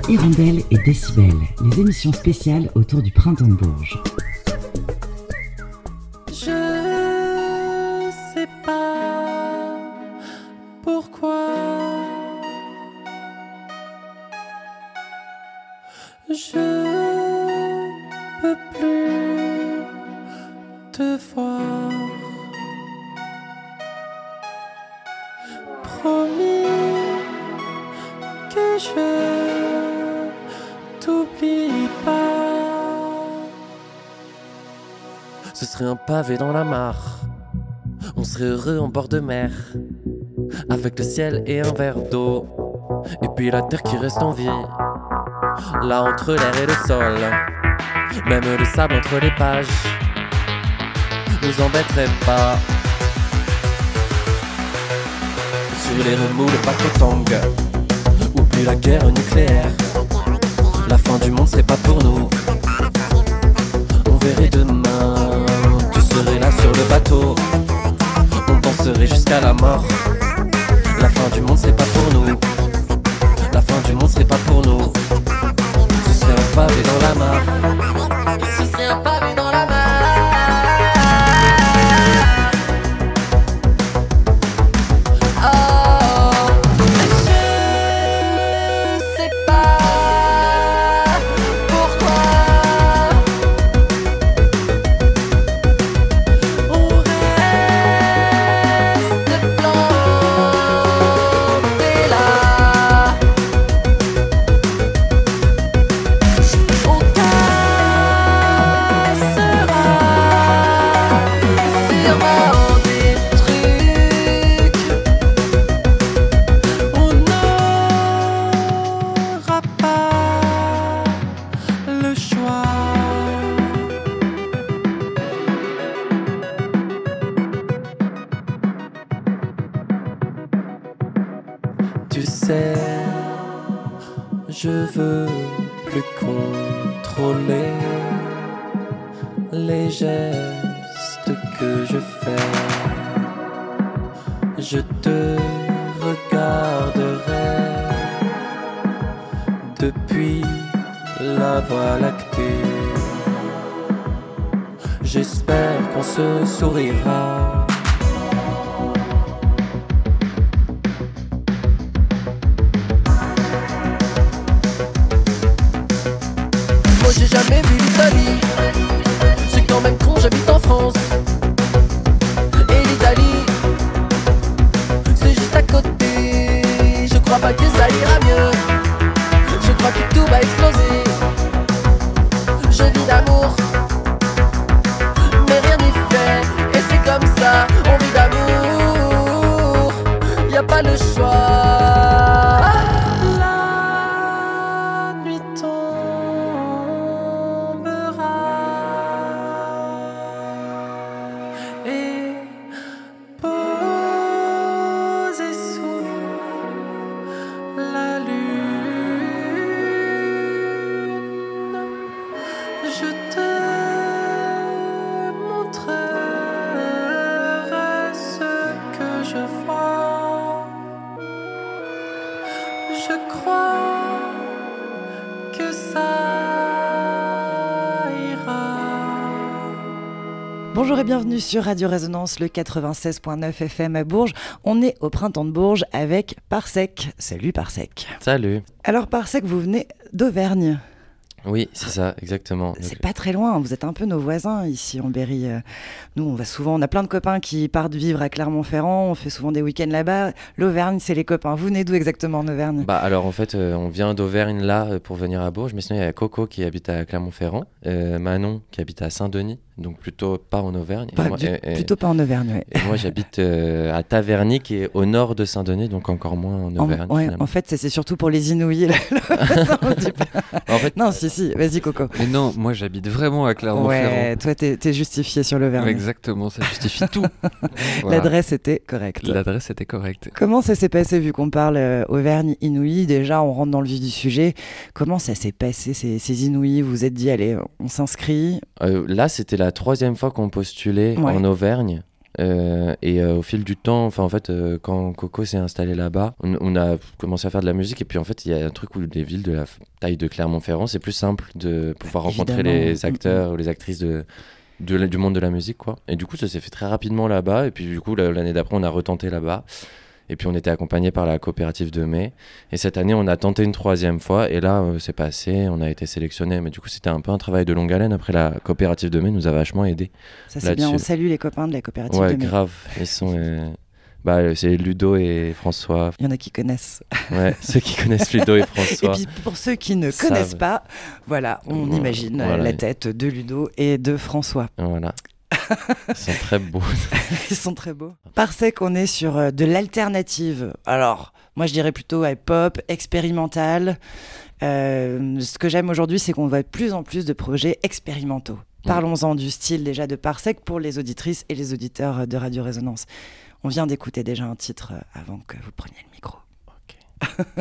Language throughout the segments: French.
Hirondelle et Décibel, les émissions spéciales autour du printemps de Bourges. Je sais pas pourquoi je peux plus te voir. Promis que je t'oublie pas. Ce serait un pavé dans la mare. On serait heureux en bord de mer, avec le ciel et un verre d'eau, et puis la terre qui reste en vie, là entre l'air et le sol. Même le sable entre les pages nous embêterait pas. Sur les remous de Pakotang, ou puis la guerre nucléaire, la fin du monde serait pas pour nous. On verrait demain, tu serais là sur le bateau, on danserait jusqu'à la mort. La fin du monde serait pas pour nous. La fin du monde serait pas pour nous. Ce serait un pavé dans la mare. Ce serait un pavé dans la mare. Oh, je sais pas pourquoi on reste planté là. On cassera sûrement des trucs. On n'aura pas le choix. Tu sais, je veux plus contrôler les gestes que je fais. Je te regarderai depuis la voie lactée. J'espère qu'on se sourira. Moi j'ai jamais vu l'Italie, c'est quand même con, j'habite en France. Et l'Italie, c'est juste à côté. Je crois pas que ça ira mieux, je crois que tout va exploser. Je vis d'amour, mais rien n'y fait. Et c'est comme ça, on vit d'amour, y a pas le choix. La nuit tombera et posé sous la lune, je te montrerai ce que je vois. Je crois que ça ira. Bonjour et bienvenue sur Radio Résonance, le 96.9 FM à Bourges. On est au printemps de Bourges avec Parsec. Salut Parsec. Salut. Alors Parsec, vous venez d'Auvergne. Oui, c'est ça, exactement. C'est pas très loin, vous êtes un peu nos voisins ici en Berry. Nous, on va souvent, on a plein de copains qui partent vivre à Clermont-Ferrand, on fait souvent des week-ends là-bas. L'Auvergne, c'est les copains. Vous venez d'où exactement en Auvergne ? Bah alors en fait, on vient d'Auvergne là pour venir à Bourges, mais sinon il y a Coco qui habite à Clermont-Ferrand, Manon qui habite à Saint-Denis, donc plutôt pas en Auvergne. Plutôt pas en Auvergne, ouais. Et moi j'habite à Taverny qui est au nord de Saint-Denis, donc encore moins en Auvergne. Ouais, en fait, c'est surtout pour les Inouïs. En fait, non, si, vas-y Coco. Mais non, moi j'habite vraiment à Clermont-Ferrand. Ouais, toi t'es justifié sur l'Auvergne. Exactement, ça justifie tout. Voilà. L'adresse était correcte. L'adresse était correcte. Comment ça s'est passé, vu qu'on parle Auvergne, Inouïs, déjà on rentre dans le vif du sujet. Comment ça s'est passé ces Inouïs ? Vous vous êtes dit, allez, on s'inscrit ? là c'était la 3e fois qu'on postulait en Auvergne. Et au fil du temps, enfin en fait, quand Coco s'est installé là-bas, on a commencé à faire de la musique. Et puis en fait, il y a un truc où les villes de la taille de Clermont-Ferrand, c'est plus simple de pouvoir rencontrer les acteurs ou les actrices du monde de la musique, quoi. Et du coup, ça s'est fait très rapidement là-bas. Et puis du coup, l'année d'après, on a retenté là-bas. Et puis on était accompagné par la coopérative de mai. Et cette année, on a tenté une 3e fois. Et là, c'est passé, on a été sélectionné. Mais du coup, c'était un peu un travail de longue haleine. Après, la coopérative de mai nous a vachement aidés. Ça, c'est bien. On salue les copains de la coopérative de mai. Ouais, grave. Ils sont... c'est Ludo et François. Il y en a qui connaissent. Ouais, ceux qui connaissent Ludo et François. Et puis pour ceux qui ne connaissent pas, voilà, on imagine la tête de Ludo et de François. Voilà. Ils sont très beaux. Ils sont très beaux. Parsec, on est sur de l'alternative. Alors, moi je dirais plutôt pop, expérimental. Ce que j'aime aujourd'hui, c'est qu'on voit de plus en plus de projets expérimentaux. Parlons-en du style déjà de Parsec pour les auditrices et les auditeurs de Radio Résonance. On vient d'écouter déjà un titre avant que vous preniez le micro. Ok.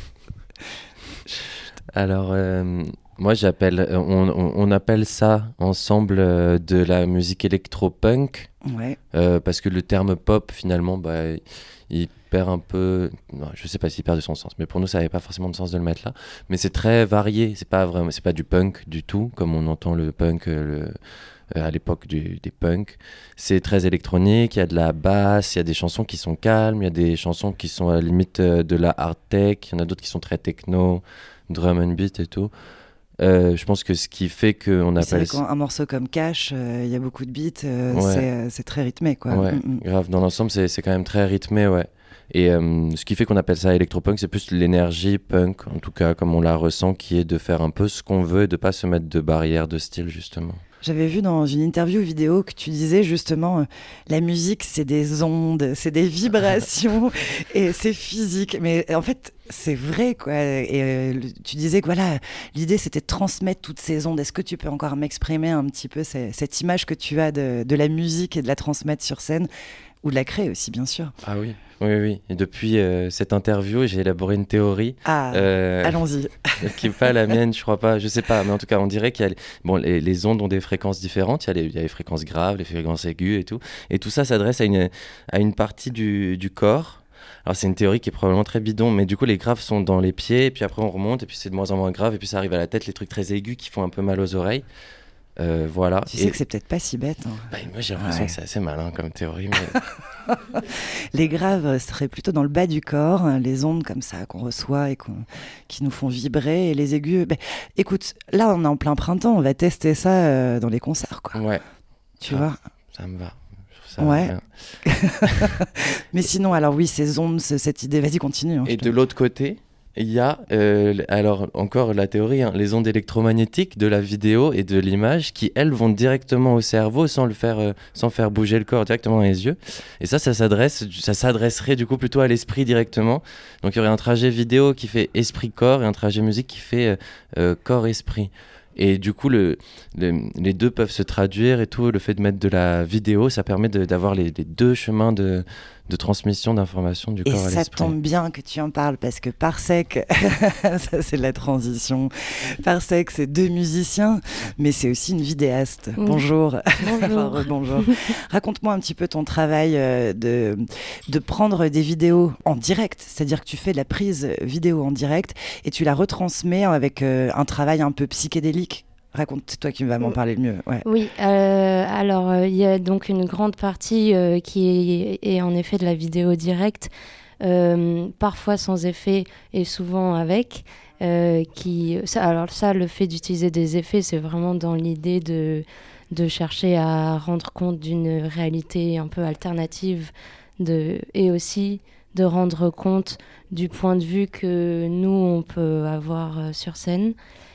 Alors, moi on appelle ça ensemble de la musique électro-punk. Ouais. Parce que le terme pop, finalement, il perd un peu... Non, je sais pas s'il perd de son sens, mais pour nous, ça n'avait pas forcément de sens de le mettre là. Mais c'est très varié, c'est pas du punk du tout, comme on entend le punk... à l'époque des punks. C'est très électronique, il y a de la basse, il y a des chansons qui sont calmes, il y a des chansons qui sont à la limite de la hard tech, il y en a d'autres qui sont très techno, drum and beat et tout. Je pense que ce qui fait qu'on appelle... C'est vrai qu'un morceau comme Cash, il y a beaucoup de beats, c'est très rythmé, quoi. Ouais, grave. Dans l'ensemble, c'est quand même très rythmé, ouais. Et ce qui fait qu'on appelle ça électropunk, c'est plus l'énergie punk, en tout cas comme on la ressent, qui est de faire un peu ce qu'on veut et de pas se mettre de barrière de style, justement. J'avais vu dans une interview vidéo que tu disais justement la musique c'est des ondes, c'est des vibrations et c'est physique. Mais en fait c'est vrai quoi. Et tu disais que voilà, l'idée c'était de transmettre toutes ces ondes. Est-ce que tu peux encore m'exprimer un petit peu cette image que tu as de la musique et de la transmettre sur scène ou de la créer aussi bien sûr? Ah oui. Oui. Et depuis cette interview, j'ai élaboré une théorie. Allons-y. Qui n'est pas la mienne, je crois pas. Je sais pas, mais en tout cas, on dirait qu'il y a les ondes ont des fréquences différentes. Il y a les fréquences graves, les fréquences aiguës et tout. Et tout ça s'adresse à une partie du corps. Alors c'est une théorie qui est probablement très bidon, mais du coup les graves sont dans les pieds, et puis après on remonte, et puis c'est de moins en moins grave, et puis ça arrive à la tête, les trucs très aigus qui font un peu mal aux oreilles. Voilà. Tu sais que c'est peut-être pas si bête. Hein. Moi j'ai l'impression que c'est assez malin comme théorie. Mais... les graves seraient plutôt dans le bas du corps, hein, les ondes comme ça qu'on reçoit et qui nous font vibrer, et les aigus. Écoute, là on est en plein printemps, on va tester ça dans les concerts, quoi. Ouais. Tu vois. Ça me va. Ouais. Mais sinon, alors oui, ces ondes, cette idée, vas-y, continue. Hein, et de l'autre côté, il y a, alors encore la théorie, hein, les ondes électromagnétiques de la vidéo et de l'image qui, elles, vont directement au cerveau sans faire bouger le corps, directement dans les yeux. Et ça s'adresserait du coup plutôt à l'esprit directement. Donc il y aurait un trajet vidéo qui fait esprit-corps et un trajet musique qui fait corps-esprit. Et du coup, les deux peuvent se traduire et tout. Le fait de mettre de la vidéo, ça permet d'avoir les deux chemins de transmission d'informations du corps à l'esprit. Et ça tombe bien que tu en parles parce que Parsec, ça c'est la transition. Parsec, c'est 2 musiciens, mais c'est aussi une vidéaste. Bonjour. Bonjour. Bonjour. Raconte-moi un petit peu ton travail de prendre des vidéos en direct, c'est-à-dire que tu fais de la prise vidéo en direct et tu la retransmets avec un travail un peu psychédélique. Raconte, c'est toi qui vas m'en parler le mieux. Ouais. Oui, alors il y a donc une grande partie qui est en effet de la vidéo directe, parfois sans effet et souvent avec. Alors ça, le fait d'utiliser des effets, c'est vraiment dans l'idée de chercher à rendre compte d'une réalité un peu alternative et aussi de rendre compte du point de vue que nous, on peut avoir sur scène.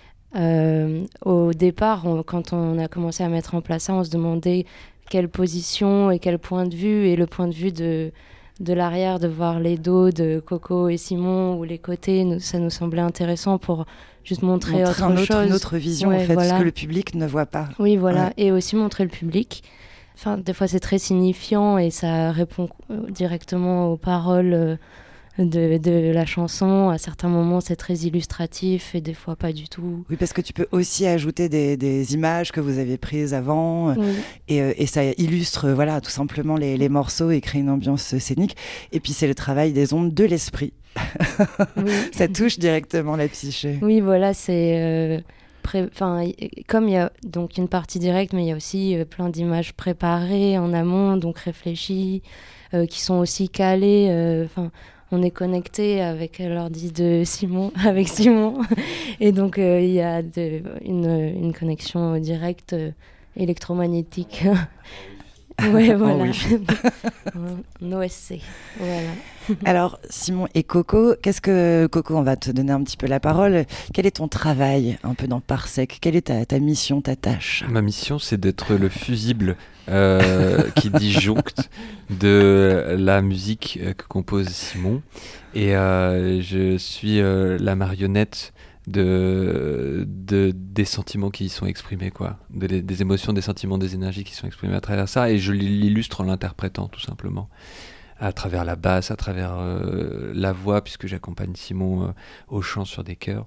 Au départ, quand on a commencé à mettre en place ça, on se demandait quelle position et quel point de vue, et le point de vue de l'arrière, de voir les dos de Coco et Simon ou les côtés, ça nous semblait intéressant pour juste montrer autre chose. Une autre vision, en fait, ce que le public ne voit pas. Oui, voilà, et aussi montrer le public. Enfin, des fois, c'est très signifiant et ça répond directement aux paroles de la chanson. À certains moments, c'est très illustratif et des fois pas du tout. Oui, parce que tu peux aussi ajouter des images que vous avez prises avant Oui. et ça illustre voilà, tout simplement les morceaux et crée une ambiance scénique. Et puis c'est le travail des ondes de l'esprit. Oui. Ça touche directement la psyché. Oui, voilà, c'est... comme il y a donc une partie directe, mais il y a aussi plein d'images préparées en amont, donc réfléchies, qui sont aussi calées. On est connecté avec l'ordi de Simon, avec Simon, et donc il y a une connexion directe électromagnétique. Ouais, voilà. En OSC, voilà. Alors, Simon et Coco, Coco, on va te donner un petit peu la parole. Quel est ton travail un peu dans Parsec ? Quelle est ta mission, ta tâche ? Ma mission, c'est d'être le fusible qui disjoncte de la musique que compose Simon. Et je suis la marionnette des sentiments qui y sont exprimés, quoi. Des émotions, des sentiments, des énergies qui sont exprimées à travers ça. Et je l'illustre en l'interprétant, tout simplement. À travers la basse, à travers la voix, puisque j'accompagne Simon au chant sur des chœurs.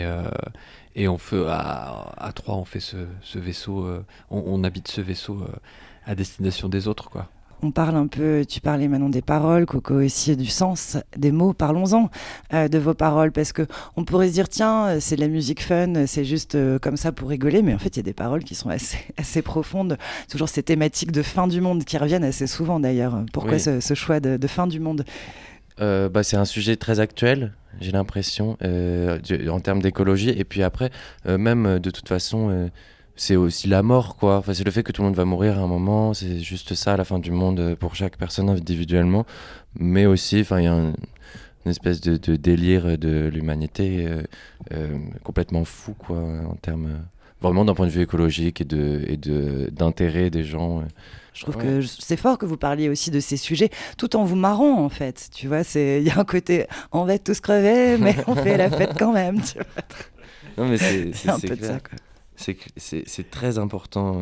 Et on fait, à trois, on fait ce vaisseau, on habite ce vaisseau à destination des autres, quoi. On parle un peu, tu parlais maintenant des paroles, Coco aussi, du sens des mots. Parlons-en de vos paroles, parce qu'on pourrait se dire, tiens, c'est de la musique fun, c'est juste comme ça pour rigoler, mais en fait, il y a des paroles qui sont assez profondes. Toujours ces thématiques de fin du monde qui reviennent assez souvent d'ailleurs. Pourquoi Oui. ce choix de fin du monde ? C'est un sujet très actuel, j'ai l'impression, en termes d'écologie. Et puis après, même de toute façon, c'est aussi la mort, quoi. Enfin, c'est le fait que tout le monde va mourir à un moment. C'est juste ça, la fin du monde pour chaque personne individuellement. Mais aussi, il y a une espèce de délire de l'humanité complètement fou, quoi, en termes vraiment d'un point de vue écologique et d'intérêt des gens. Je trouve que c'est fort que vous parliez aussi de ces sujets, tout en vous marrant, en fait. Tu vois, il y a un côté, on va tous crever, mais on fait la fête quand même. Tu vois. Non, mais c'est un peu de clair. ça, quoi. C'est très important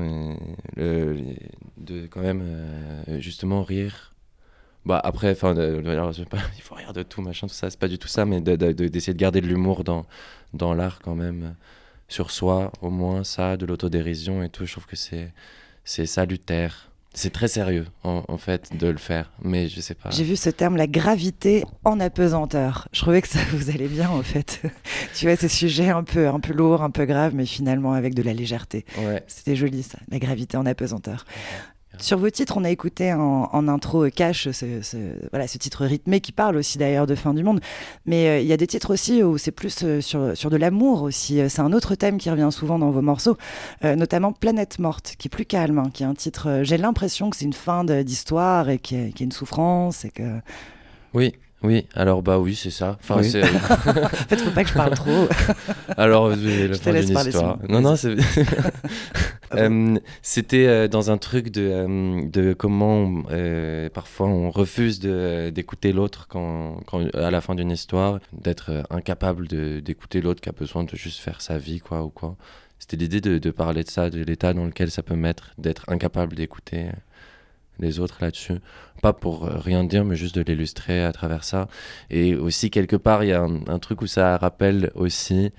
de quand même justement rire. Bah après, alors, il faut rire de tout, machin, tout ça, c'est pas du tout ça, mais d'essayer de garder de l'humour dans l'art quand même, sur soi, au moins ça, de l'autodérision et tout. Je trouve que c'est salutaire. C'est très sérieux, en fait, de le faire, mais je sais pas. J'ai vu ce terme, la gravité en apesanteur. Je trouvais que ça vous allait bien, en fait. Tu vois, ces sujets un peu lourds, un peu graves, mais finalement avec de la légèreté. Ouais. C'était joli, ça, la gravité en apesanteur. Sur vos titres, on a écouté en intro Cash, ce titre rythmé qui parle aussi d'ailleurs de fin du monde. Mais il y a des titres aussi où c'est plus sur de l'amour aussi. C'est un autre thème qui revient souvent dans vos morceaux, notamment Planète Morte, qui est plus calme, qui est un titre, j'ai l'impression que c'est une fin d'histoire et qu'il y a une souffrance. Et que... Oui, alors oui, c'est ça. Enfin, oui. En fait, faut pas que je parle trop. Alors, la fin d'une histoire. Non, c'est... c'était dans un truc de comment parfois on refuse d'écouter l'autre quand à la fin d'une histoire, d'être incapable d'écouter l'autre qui a besoin de juste faire sa vie, quoi, ou quoi. C'était l'idée de parler de ça, de l'état dans lequel ça peut mettre, d'être incapable d'écouter les autres là-dessus. Pas pour rien dire, mais juste de l'illustrer à travers ça. Et aussi, quelque part, il y a un truc où ça rappelle aussi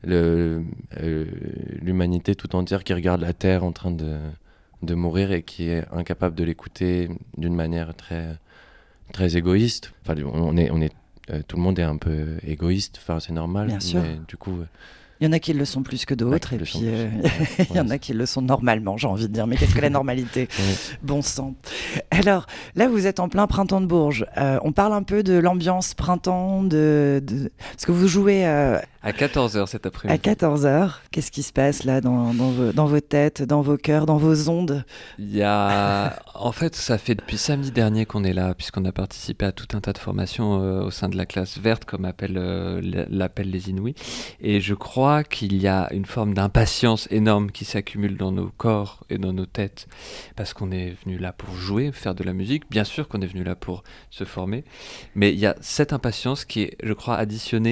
l'humanité tout entière qui regarde la Terre en train de mourir et qui est incapable de l'écouter d'une manière très, très égoïste. Enfin, tout le monde est un peu égoïste, enfin, c'est normal. Bien sûr. Mais du coup... Il y en a qui le sont plus que d'autres, et puis il y en a qui le sont normalement, j'ai envie de dire. Mais qu'est-ce que la normalité ? Bon sang. Alors, là, vous êtes en plein printemps de Bourges. On parle un peu de l'ambiance printemps, parce que vous jouez... À 14h cet après-midi. À 14h, qu'est-ce qui se passe là dans vos têtes, dans vos cœurs, dans vos ondes ? En fait, ça fait depuis samedi dernier qu'on est là, puisqu'on a participé à tout un tas de formations au sein de la classe verte, comme l'appellent les Inouïs. Et je crois qu'il y a une forme d'impatience énorme qui s'accumule dans nos corps et dans nos têtes, parce qu'on est venu là pour jouer, faire de la musique. Bien sûr qu'on est venu là pour se former, mais il y a cette impatience qui est, je crois, additionnée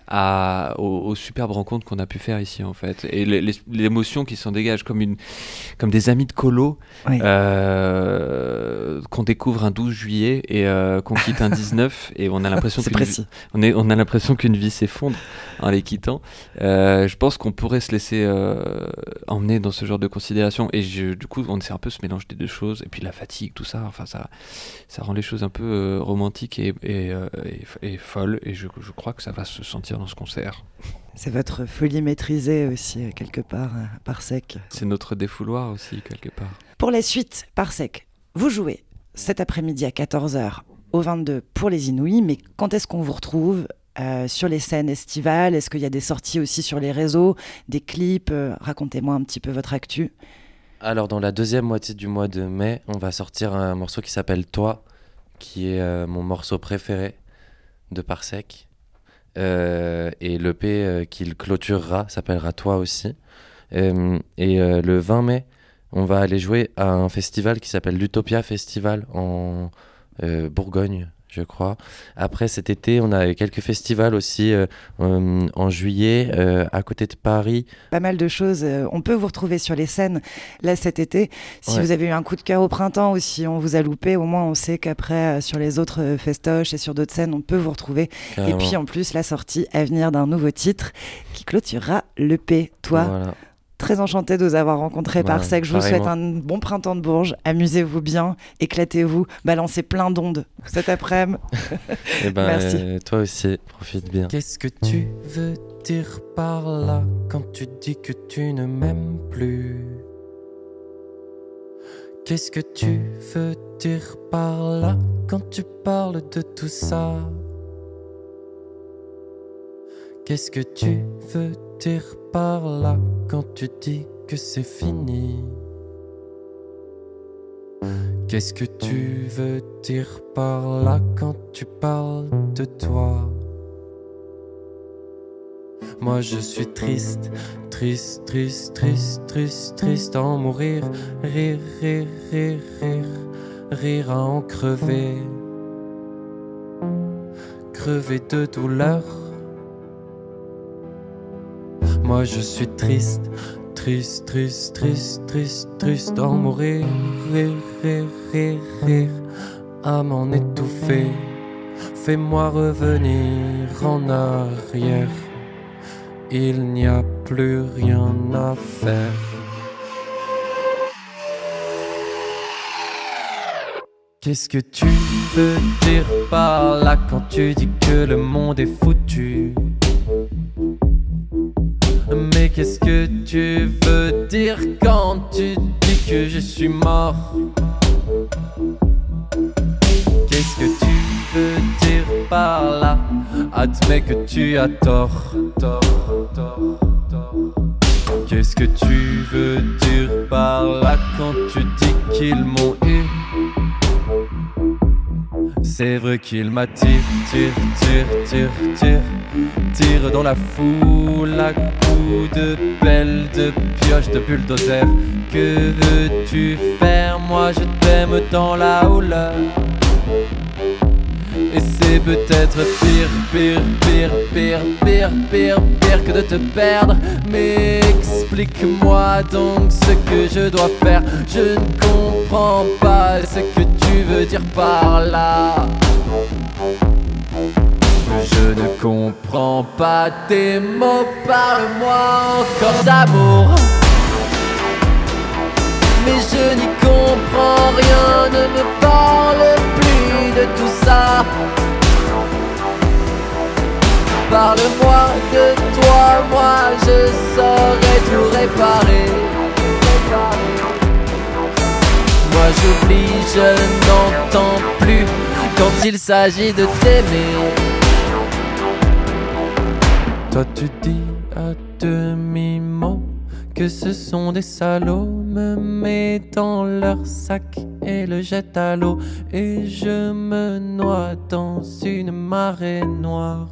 aux superbes rencontres qu'on a pu faire ici en fait, et les émotions qui s'en dégagent comme des amis de colo Oui. qu'on découvre un 12 juillet et qu'on quitte un 19 et on a l'impression C'est précis. on a l'impression qu'une vie s'effondre en les quittant. Je pense qu'on pourrait se laisser emmener dans ce genre de considération, et du coup c'est un peu ce mélange des deux choses, et puis la fatigue, tout ça, enfin ça rend les choses un peu romantiques et folles, et je crois que ça va se sentir dans ce concert. C'est votre folie maîtrisée aussi, quelque part, Parsec. C'est notre défouloir aussi, quelque part. Pour la suite, Parsec, vous jouez cet après-midi à 14h au 22 pour les Inouïs, mais quand est-ce qu'on vous retrouve sur les scènes estivales? Est-ce qu'il y a des sorties aussi sur les réseaux, des clips? Racontez-moi un petit peu votre actu. Alors, dans la deuxième moitié du mois de mai, on va sortir un morceau qui s'appelle Toi, qui est mon morceau préféré de Parsec. Et l'EP qu'il clôturera s'appellera Toi aussi. Le 20 mai, on va aller jouer à un festival qui s'appelle l'Utopia Festival en Bourgogne, je crois. Après, cet été, on a quelques festivals aussi en juillet à côté de Paris. Pas mal de choses. On peut vous retrouver sur les scènes là cet été. Si Ouais. vous avez eu un coup de cœur au printemps ou si on vous a loupé, au moins on sait qu'après sur les autres festoches et sur d'autres scènes, on peut vous retrouver. Carrément. Et puis en plus, la sortie à venir d'un nouveau titre qui clôturera l'EP. Toi, Voilà. très enchantée de vous avoir rencontré Bah, Parsec. Je vous pareillement. souhaite un bon printemps de Bourges. Amusez-vous bien, éclatez-vous, balancez plein d'ondes cet après-midi. Eh ben, Merci. Toi aussi, profite bien. Qu'est-ce que tu veux dire par là quand tu dis que tu ne m'aimes plus? Qu'est-ce que tu veux dire par là quand tu parles de tout ça? Qu'est-ce que tu veux dire par là quand tu dis que c'est fini? Qu'est-ce que tu veux dire par là quand tu parles de toi? Moi je suis triste, triste, triste, triste, triste, triste à en mourir. Rire, rire, rire, rire, rire à en crever. Crever de douleur. Moi je suis triste, triste, triste, triste, triste, triste à en mourir. Rire, rire, rire, rire à m'en étouffer. Fais-moi revenir en arrière. Il n'y a plus rien à faire. Qu'est-ce que tu veux dire par là quand tu dis que le monde est foutu? Mais qu'est-ce que tu veux dire quand tu dis que je suis mort? Qu'est-ce que tu veux dire par là? Admets que tu as tort. Qu'est-ce que tu veux dire par là quand tu dis qu'ils m'ont eu? C'est vrai qu'il m'attire, tire, tire, tire, tire, tire dans la foule à coups de pelle, de pioche, de bulldozer. Que veux-tu faire? Moi je t'aime dans la houleur. Et c'est peut-être pire, pire, pire, pire, pire, pire, pire que de te perdre. Mais explique-moi donc ce que je dois faire. Je ne comprends pas ce que tu veux dire par là. Je ne comprends pas tes mots, parle-moi encore d'amour. Mais je n'y comprends rien, ne me parle plus de tout ça. Parle-moi de toi, moi je saurais tout réparer. Moi j'oublie, je n'entends plus quand il s'agit de t'aimer. Toi tu dis à demi-mot que ce sont des salauds, me mets dans leur sac et le jette à l'eau. Et je me noie dans une marée noire.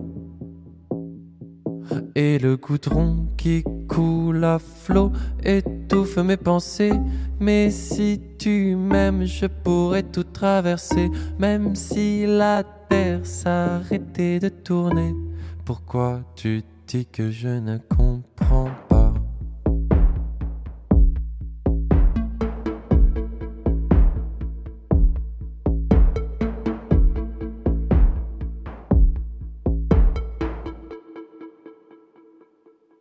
Et le goudron qui coule à flot étouffe mes pensées. Mais si tu m'aimes, je pourrais tout traverser. Même si la terre s'arrêtait de tourner, Pourquoi tu dis que je ne comprends